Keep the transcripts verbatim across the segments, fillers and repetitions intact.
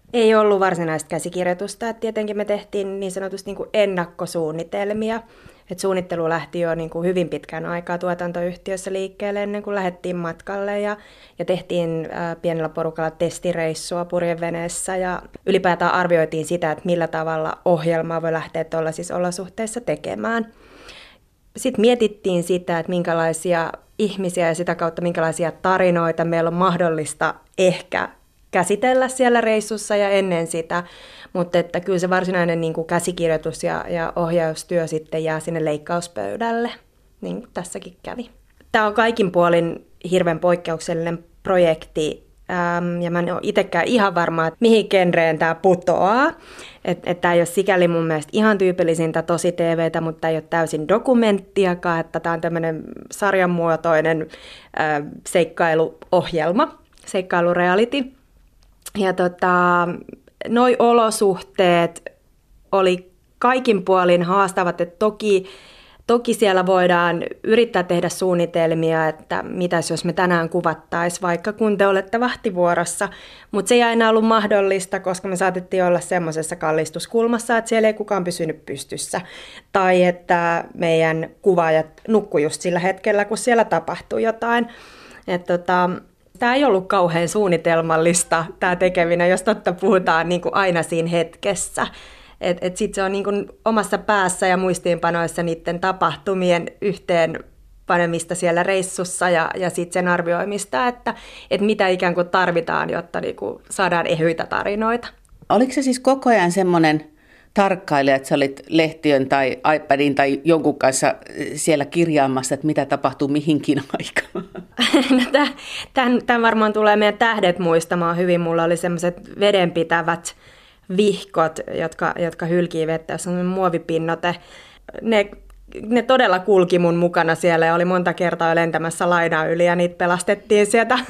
Ei ollut varsinaista käsikirjoitusta, että tietenkin me tehtiin niin sanotusti niin kuin ennakkosuunnitelmia. Et suunnittelu lähti jo niin kuin hyvin pitkän aikaa tuotantoyhtiössä liikkeelle ennen kuin lähdettiin matkalle ja, ja tehtiin ää, pienellä porukalla testireissua purjeveneessä ja ylipäätään arvioitiin sitä, että millä tavalla ohjelmaa voi lähteä tuollaisissa olosuhteissa tekemään. Sitten mietittiin sitä, että minkälaisia ihmisiä ja sitä kautta minkälaisia tarinoita meillä on mahdollista ehkä käsitellä siellä reissussa ja ennen sitä, mutta että kyllä se varsinainen niin kuin käsikirjoitus ja, ja ohjaustyö sitten jää sinne leikkauspöydälle, niin kuin tässäkin kävi. Tämä on kaikin puolin hirveän poikkeuksellinen projekti, äm, ja mä en ole itsekään ihan varma, että mihin genreen tämä putoaa. Että et tämä ei ole sikäli mun mielestä ihan tyypillisintä tosi T V:tä, mutta tämä ei ole täysin dokumenttiakaan, että tämä on tämmöinen sarjanmuotoinen äh, seikkailuohjelma, seikkailureality. Ja tota, noi olosuhteet oli kaikin puolin haastavat, että toki, toki siellä voidaan yrittää tehdä suunnitelmia, että mitäs jos me tänään kuvattaisiin, vaikka kun te olette vahtivuorossa, mutta se ei aina ollut mahdollista, koska me saatettiin olla semmoisessa kallistuskulmassa, että siellä ei kukaan pysynyt pystyssä, tai että meidän kuvaajat nukkui just sillä hetkellä, kun siellä tapahtui jotain. Että tota, tämä ei ollut kauhean suunnitelmallista, tämä tekeminen, jos totta puhutaan niin kuin aina siinä hetkessä. Että et sitten se on niin kuin omassa päässä ja muistiinpanoissa niiden tapahtumien yhteen panemista siellä reissussa ja, ja sitten sen arvioimista, että et mitä ikään kuin tarvitaan, jotta niin kuin saadaan ehyitä tarinoita. Oliko se siis koko ajan semmoinen tarkkailija, että sä olit lehtiön tai iPadin tai jonkun kanssa siellä kirjaamassa, että mitä tapahtuu mihinkin aikaan? No, tämän, tämän varmaan tulee meidän tähdet muistamaan hyvin. Mulla oli semmoiset vedenpitävät vihkot, jotka, jotka hylkii vettä, jos on muovipinnote. Ne, ne todella kulki mun mukana siellä ja oli monta kertaa lentämässä laidan yli ja niitä pelastettiin sieltä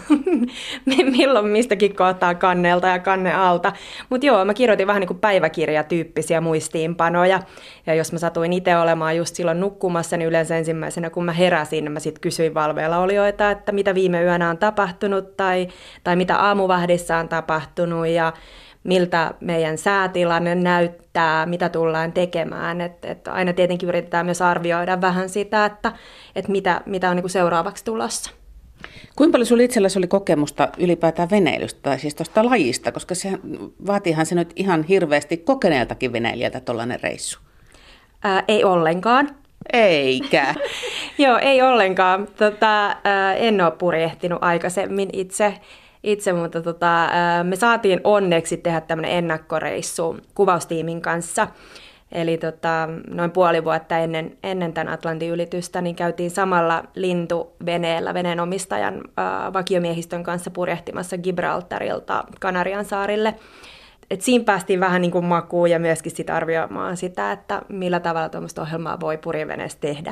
milloin mistäkin kohtaa kannelta ja kanne alta. Mutta joo, mä kirjoitin vähän niin kuin päiväkirjatyyppisiä muistiinpanoja. Ja jos mä satuin itse olemaan just silloin nukkumassa, niin yleensä ensimmäisenä kun mä heräsin, mä sitten kysyin valveilla olijoita, että mitä viime yönä on tapahtunut tai, tai mitä aamuvahdissa on tapahtunut ja miltä meidän säätilanne näyttää, mitä tullaan tekemään. Et, et aina tietenkin yritetään myös arvioida vähän sitä, että et mitä, mitä on niinku seuraavaksi tulossa. Kuinka paljon sinulla itselläsi oli kokemusta ylipäätään veneilystä tai siis tuosta lajista, koska se vaatiihan se nyt ihan hirveästi kokeneeltakin veneilijältä tuollainen reissu? Ää, ei ollenkaan. Eikä. Joo, ei ollenkaan. Tota, ää, en ole purjehtinut aikaisemmin itse. Itse, mutta tota, me saatiin onneksi tehdä tämmöinen ennakkoreissu kuvaustiimin kanssa. Eli tota, noin puoli vuotta ennen, ennen tämän Atlantin ylitystä niin käytiin samalla lintuveneellä veneenomistajan äh, vakiomiehistön kanssa purjehtimassa Gibraltarilta Kanarian saarille. Et siinä päästiin vähän niin kuin makuun ja myöskin sit arvioimaan sitä, että millä tavalla tuommoista ohjelmaa voi purjeveneessä tehdä.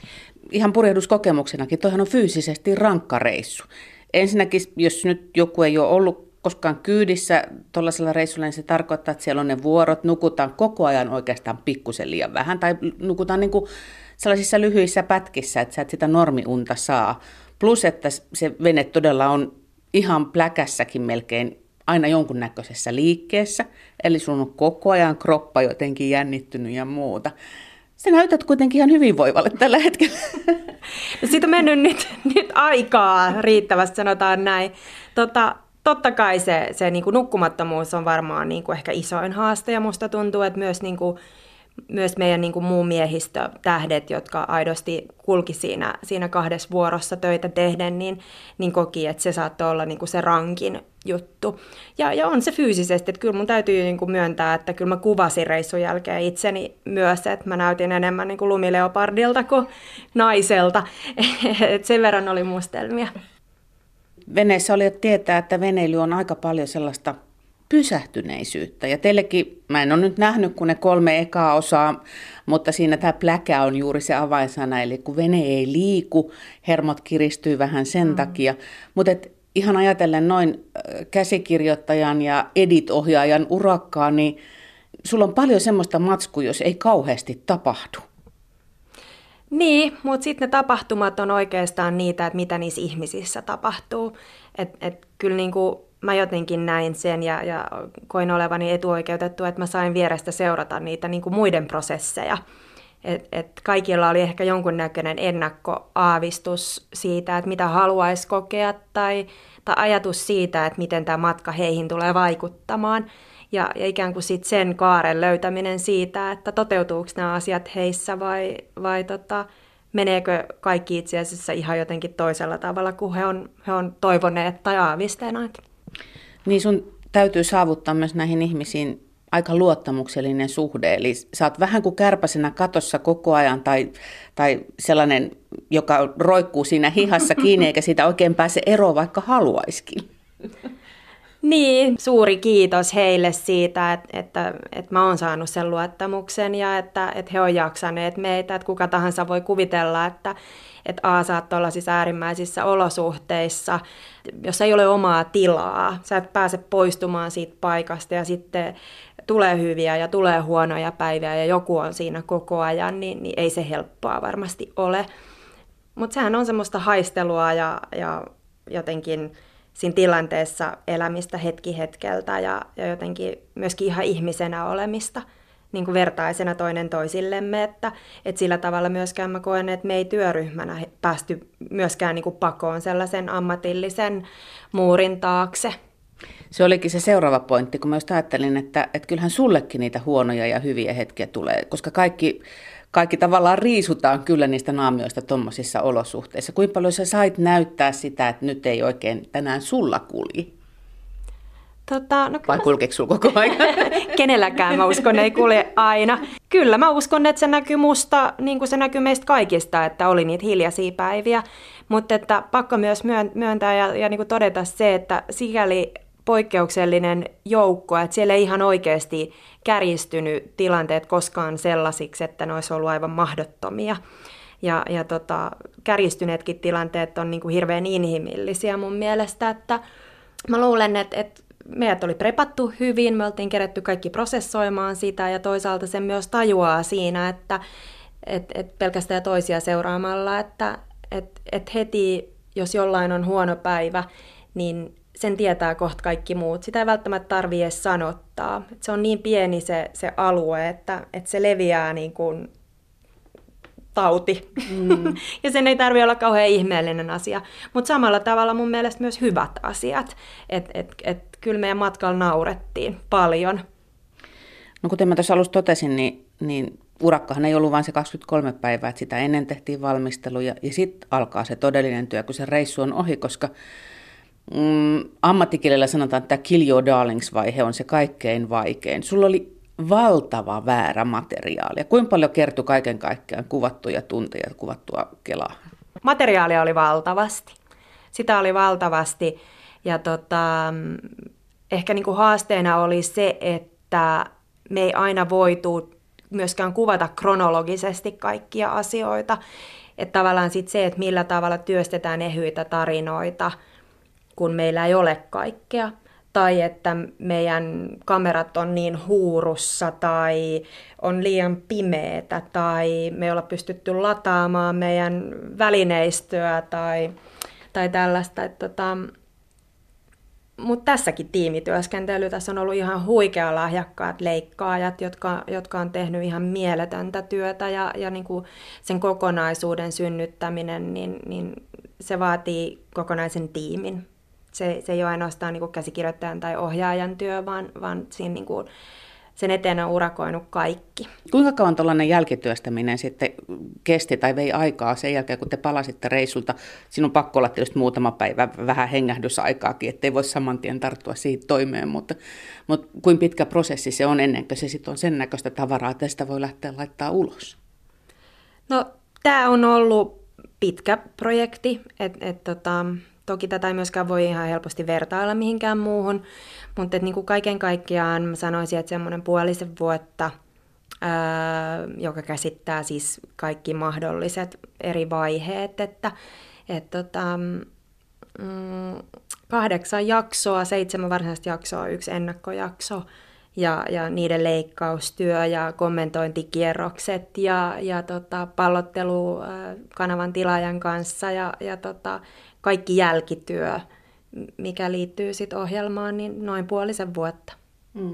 Ihan purjehduskomuksenakin, toihan on fyysisesti rankka reissu. Ensinnäkin, jos nyt joku ei ole ollut koskaan kyydissä tuollaisella reissulla, niin se tarkoittaa, että siellä on ne vuorot, nukutaan koko ajan oikeastaan pikkusen liian vähän, tai nukutaan niin kuin sellaisissa lyhyissä pätkissä, että sä et sitä normiunta saa. Plus, että se vene todella on ihan pläkässäkin melkein aina jonkunnäköisessä liikkeessä, eli sun on koko ajan kroppa jotenkin jännittynyt ja muuta. Sä näytät kuitenkin ihan hyvinvoivalle tällä hetkellä. No siitä on mennyt nyt, nyt aikaa riittävästi, sanotaan näin. Tota, totta kai se, se niin kuin nukkumattomuus on varmaan niin kuin ehkä isoin haaste, ja musta tuntuu, että myös, niin kuin, myös meidän niin kuin muu miehistö, tähdet, jotka aidosti kulki siinä, siinä kahdessa vuorossa töitä tehden, niin, niin koki, että se saattoi olla niin kuin se rankin juttu. Ja, ja on se fyysisesti, että kyllä mun täytyy niin kuin myöntää, että kyllä mä kuvasin reissun jälkeen itseni myös, että mä näytin enemmän niin kuin lumileopardilta kuin naiselta. Et sen verran oli mustelmia. Veneessä oli tietää, että veneily on aika paljon sellaista pysähtyneisyyttä. Ja teillekin, mä en ole nyt nähnyt kuin ne kolme ekaa osaa, mutta siinä tämä pläkä on juuri se avainsana. Eli kun vene ei liiku, hermot kiristyy vähän sen mm. takia. Mutta ihan ajatellen noin käsikirjoittajan ja edit-ohjaajan urakkaa, niin sulla on paljon semmoista matskua, jos ei kauheasti tapahdu. Niin, mutta sitten ne tapahtumat on oikeastaan niitä, että mitä niissä ihmisissä tapahtuu. Että et kyllä niinku mä jotenkin näin sen ja, ja koin olevani etuoikeutettu, että mä sain vierestä seurata niitä niin kuin muiden prosesseja. Et, et kaikilla oli ehkä jonkunnäköinen ennakkoaavistus siitä, että mitä haluaisi kokea tai, tai ajatus siitä, että miten tämä matka heihin tulee vaikuttamaan. Ja, ja ikään kuin sit sen kaaren löytäminen siitä, että toteutuuko nämä asiat heissä vai, vai tota, meneekö kaikki itse asiassa ihan jotenkin toisella tavalla kuin he on, he on toivoneet tai aavistaneet. Niin sun täytyy saavuttaa myös näihin ihmisiin aika luottamuksellinen suhde, eli sä oot vähän kuin kärpäsenä katossa koko ajan tai, tai sellainen, joka roikkuu siinä hihassa kiinni eikä siitä oikein pääse eroon, vaikka haluaisikin. Niin, suuri kiitos heille siitä, että, että, että mä oon saanut sen luottamuksen ja että, että he on jaksaneet meitä, että kuka tahansa voi kuvitella, että, että A, sä oot tuollaisissa äärimmäisissä olosuhteissa, jos ei ole omaa tilaa, sä et pääse poistumaan siitä paikasta ja sitten tulee hyviä ja tulee huonoja päiviä ja joku on siinä koko ajan, niin, niin ei se helppoa varmasti ole. Mutta sehän on semmoista haistelua ja, ja jotenkin siinä tilanteessa elämistä hetki hetkeltä ja, ja jotenkin myöskin ihan ihmisenä olemista niin kuin vertaisena toinen toisillemme, että, että sillä tavalla myöskään mä koen, että me ei työryhmänä päästy myöskään niin kuin pakoon sellaisen ammatillisen muurin taakse. Se olikin se seuraava pointti, kun mä just ajattelin, että, että kyllähän sullekin niitä huonoja ja hyviä hetkiä tulee, koska kaikki, kaikki tavallaan riisutaan kyllä niistä naamioista tuommoisissa olosuhteissa. Kuinka paljon sä sait näyttää sitä, että nyt ei oikein tänään sulla kulji? Tota, no Vai kulkeeko sulla koko ajan? Kenelläkään mä uskon, ei kulje aina. Kyllä mä uskon, että se näkyy musta, niin kuin se näkyy meistä kaikista, että oli niitä hiljaisia päiviä. Mutta että pakko myös myöntää ja, ja niin kuin todeta se, että sikäli poikkeuksellinen joukko, että siellä ei ihan oikeasti kärjistynyt tilanteet koskaan sellaisiksi, että ne olisi ollut aivan mahdottomia. Ja, ja tota, kärjistyneetkin tilanteet on niin kuin hirveän inhimillisiä mun mielestä, että mä luulen, että, että meidät oli prepattu hyvin, me oltiin kerätty kaikki prosessoimaan sitä ja toisaalta se myös tajuaa siinä, että et, et pelkästään toisia seuraamalla, että et, et heti jos jollain on huono päivä, niin sen tietää kohta kaikki muut. Sitä ei välttämättä tarvitse edes sanottaa. Et se on niin pieni se, se alue, että, että se leviää niin kuin tauti. Mm. Ja sen ei tarvitse olla kauhean ihmeellinen asia. Mutta samalla tavalla mun mielestä myös hyvät asiat. Että et, et, kyllä meidän matkalla naurettiin paljon. No kuten mä tuossa alussa totesin, niin, niin urakkahan ei ollut vain se kaksikymmentäkolme päivää, että sitä ennen tehtiin valmistelu ja, ja sitten alkaa se todellinen työ, kun se reissu on ohi, koska mm, ammattikielellä sanotaan, että kill your darlings-vaihe on se kaikkein vaikein. Sulla oli valtava väärä materiaalia. Kuinka paljon kertui kaiken kaikkiaan kuvattuja tunteja, kuvattua kelaa? Materiaalia oli valtavasti. Sitä oli valtavasti. Ja tota, ehkä niin kuin haasteena oli se, että me ei aina voitu myöskään kuvata kronologisesti kaikkia asioita. Että tavallaan sit se, että millä tavalla työstetään ehyitä tarinoita, kun meillä ei ole kaikkea. Tai että meidän kamerat on niin huurussa tai on liian pimeätä tai me ei olla pystytty lataamaan meidän välineistöä tai, tai tällaista. Tota, mutta tässäkin tiimityöskentely, tässä on ollut ihan huikea lahjakkaat leikkaajat, jotka, jotka on tehnyt ihan mieletöntä työtä ja, ja niin kuin sen kokonaisuuden synnyttäminen, niin, niin se vaatii kokonaisen tiimin. Se, se ei ole ainoastaan niin kuin käsikirjoittajan tai ohjaajan työ, vaan, vaan siinä niin kuin sen eteen on urakoinut kaikki. Kuinka kauan tuollainen jälkityöstäminen sitten kesti tai vei aikaa sen jälkeen, kun te palasitte reissulta? Sinun pakko olla tietysti muutama päivä vähän hengähdysaikaakin, ettei voi saman tien tarttua siitä toimeen, mutta, mutta kuinka pitkä prosessi se on ennen kuin se sitten on sen näköistä tavaraa, että sitä voi lähteä laittaa ulos? No tämä on ollut pitkä projekti, että et, tota... Toki tätä ei myöskään voi ihan helposti vertailla mihinkään muuhun, mutta niin kuin kaiken kaikkiaan mä sanoisin, että semmoinen puolisen vuotta, ää, joka käsittää siis kaikki mahdolliset eri vaiheet, että et, tota, mm, kahdeksan jaksoa, seitsemän varsinaista jaksoa, yksi ennakkojakso ja, ja niiden leikkaustyö ja kommentointikierrokset ja, ja tota, pallottelu ää, kanavan tilaajan kanssa ja, ja tota, kaikki jälkityö, mikä liittyy sitten ohjelmaan, niin noin puolisen vuotta. Mm.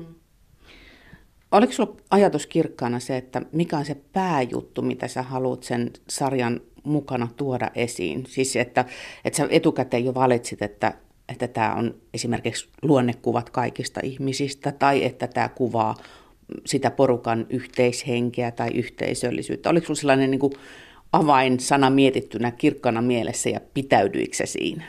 Oliko sinulla ajatus kirkkaana se, että mikä on se pääjuttu, mitä sä haluat sen sarjan mukana tuoda esiin? Siis että, että sä etukäteen jo valitsit, että, että tämä on esimerkiksi luonnekuvat kaikista ihmisistä tai että tämä kuvaa sitä porukan yhteishenkeä tai yhteisöllisyyttä. Oliko sinulla sellainen niin kuin avainsana mietittynä kirkkana mielessä ja pitäydyikö se siinä?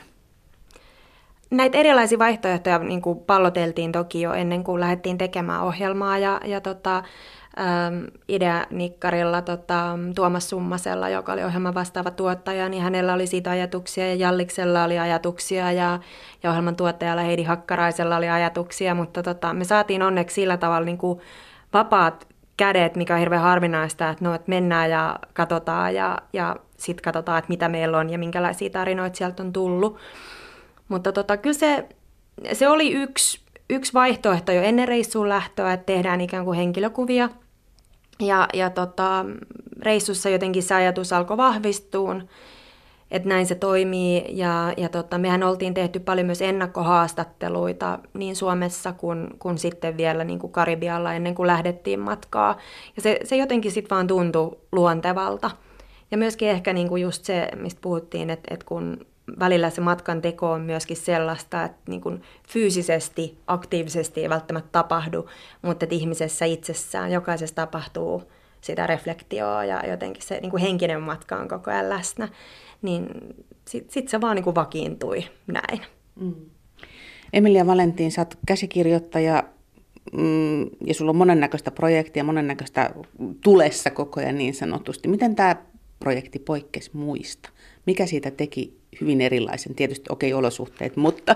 Näitä erilaisia vaihtoehtoja niin kuin palloteltiin toki jo ennen kuin lähdettiin tekemään ohjelmaa ja, ja tota, ähm, Ideanikkarilla tota, Tuomas Summasella, joka oli ohjelman vastaava tuottaja, niin hänellä oli siitä ajatuksia ja Jalliksella oli ajatuksia ja, ja ohjelman tuottajalla Heidi Hakkaraisella oli ajatuksia, mutta tota, me saatiin onneksi sillä tavalla niin kuin vapaat kädet, mikä on hirveän harvinaista, että, no, että mennään ja katsotaan ja, ja sitten katsotaan, että mitä meillä on ja minkälaisia tarinoita sieltä on tullut. Mutta tota, kyllä se, se oli yksi, yksi vaihtoehto jo ennen reissuun lähtöä, että tehdään ikään kuin henkilökuvia. Ja, ja tota, reissussa jotenkin se ajatus alkoi vahvistua, että näin se toimii. Ja, ja tota, mehän oltiin tehty paljon myös ennakkohaastatteluita niin Suomessa kuin, kuin sitten vielä niin kuin Karibialla ennen kuin lähdettiin matkaa. Ja se, se jotenkin sitten vaan tuntui luontevalta. Ja myöskin ehkä niin kuin just se, mistä puhuttiin, että, että kun välillä se matkan teko on myöskin sellaista, että niin kuin fyysisesti, aktiivisesti ei välttämättä tapahdu, mutta että ihmisessä itsessään, jokaisessa tapahtuu sitä reflektioa ja jotenkin se niin kuin henkinen matka on koko ajan läsnä, niin sitten sit se vaan niin kuin vakiintui näin. Mm. Emilia Valentin, sä oot käsikirjoittaja mm, ja sulla on monennäköistä projektia, monennäköistä tulessa koko ajan niin sanotusti. Miten tämä projekti poikkesi muista? Mikä siitä teki hyvin erilaisen? Tietysti okei, okay, olosuhteet, mutta...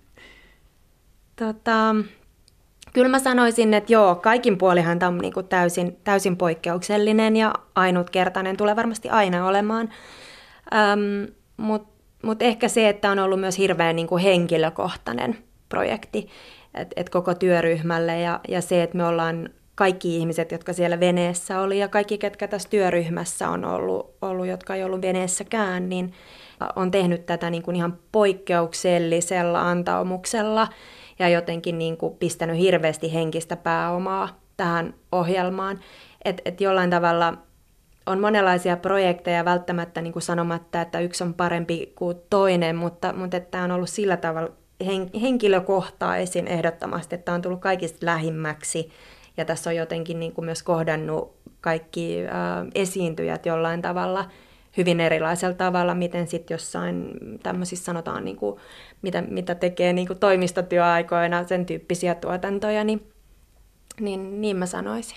Tota, kyllä mä sanoisin, että joo, kaikin puolihan tämä on niin kuin täysin, täysin poikkeuksellinen ja ainutkertainen, tulee varmasti aina olemaan. Ähm, Mutta mut ehkä se, että on ollut myös hirveän niin kuin henkilökohtainen projekti, että et koko työryhmälle ja, ja se, että me ollaan kaikki ihmiset, jotka siellä veneessä oli ja kaikki, ketkä tässä työryhmässä on ollut, ollut jotka ei ollut veneessäkään, niin on tehnyt tätä niin kuin ihan poikkeuksellisella antaumuksella ja jotenkin niin kuin pistänyt hirveästi henkistä pääomaa tähän ohjelmaan. Että et jollain tavalla on monenlaisia projekteja välttämättä niin kuin sanomatta, että yksi on parempi kuin toinen, mutta, mutta tämä on ollut sillä tavalla henkilökohtaisin ehdottomasti, että on tullut kaikista lähimmäksi. Ja tässä on jotenkin niin kuin myös kohdannut kaikki ä, esiintyjät jollain tavalla hyvin erilaisella tavalla, miten sitten jossain tämmöisissä sanotaan, niin kuin, mitä, mitä tekee niin kuin toimistotyöaikoina, sen tyyppisiä tuotantoja, niin, niin, niin mä sanoisin.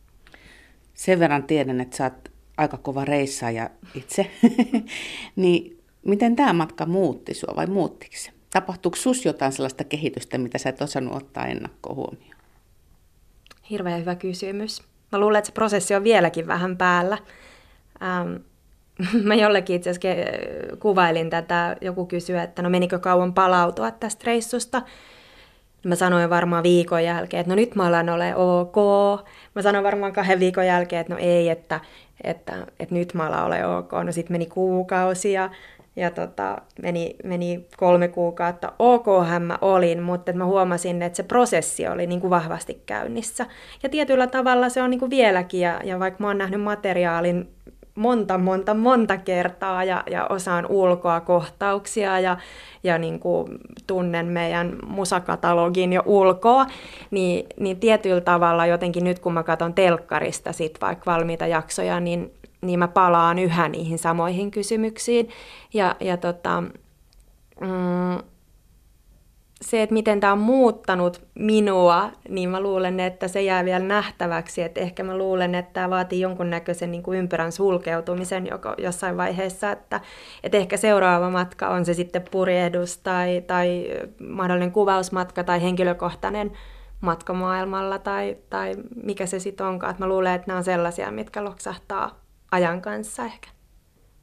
Sen verran tiedän, että sä oot aika kova reissaaja itse, niin miten tämä matka muutti sua vai muuttiko se? Tapahtuuko sus jotain sellaista kehitystä, mitä sä et osannut ottaa ennakkoon huomioon? Hirveän hyvä kysymys. Mä luulen, että se prosessi on vieläkin vähän päällä. Ähm, mä jollekin itse asiassa kuvailin tätä, joku kysyi, että no menikö kauan palautua tästä reissusta. Mä sanoin varmaan viikon jälkeen, että no nyt mä alan ole ok. Mä sanoin varmaan kahden viikon jälkeen, että no ei, että, että, että nyt mä alan ole ok. No sit meni kuukausia. Ja tota, meni, meni kolme kuukautta. Okhän mä olin, mutta mä huomasin, että se prosessi oli niin kuin vahvasti käynnissä. Ja tietyllä tavalla se on niin kuin vieläkin, ja, ja vaikka mä oon nähnyt materiaalin monta, monta, monta kertaa, ja, ja osaan ulkoa kohtauksia, ja, ja niin kuin tunnen meidän musakatalogin jo ulkoa, niin, niin tietyllä tavalla jotenkin nyt, kun mä katson telkkarista sit vaikka valmiita jaksoja, niin niin mä palaan yhä niihin samoihin kysymyksiin. Ja, ja tota, mm, se, että miten tämä on muuttanut minua, niin mä luulen, että se jää vielä nähtäväksi. Että ehkä mä luulen, että tämä vaatii jonkunnäköisen niin kuin ympyrän sulkeutumisen joko, jossain vaiheessa. Että, että ehkä seuraava matka on se sitten purjehdus tai, tai mahdollinen kuvausmatka tai henkilökohtainen matka maailmalla tai, tai mikä se sitten onkaan. Että mä luulen, että nämä on sellaisia, mitkä loksahtaa ajan kanssa ehkä.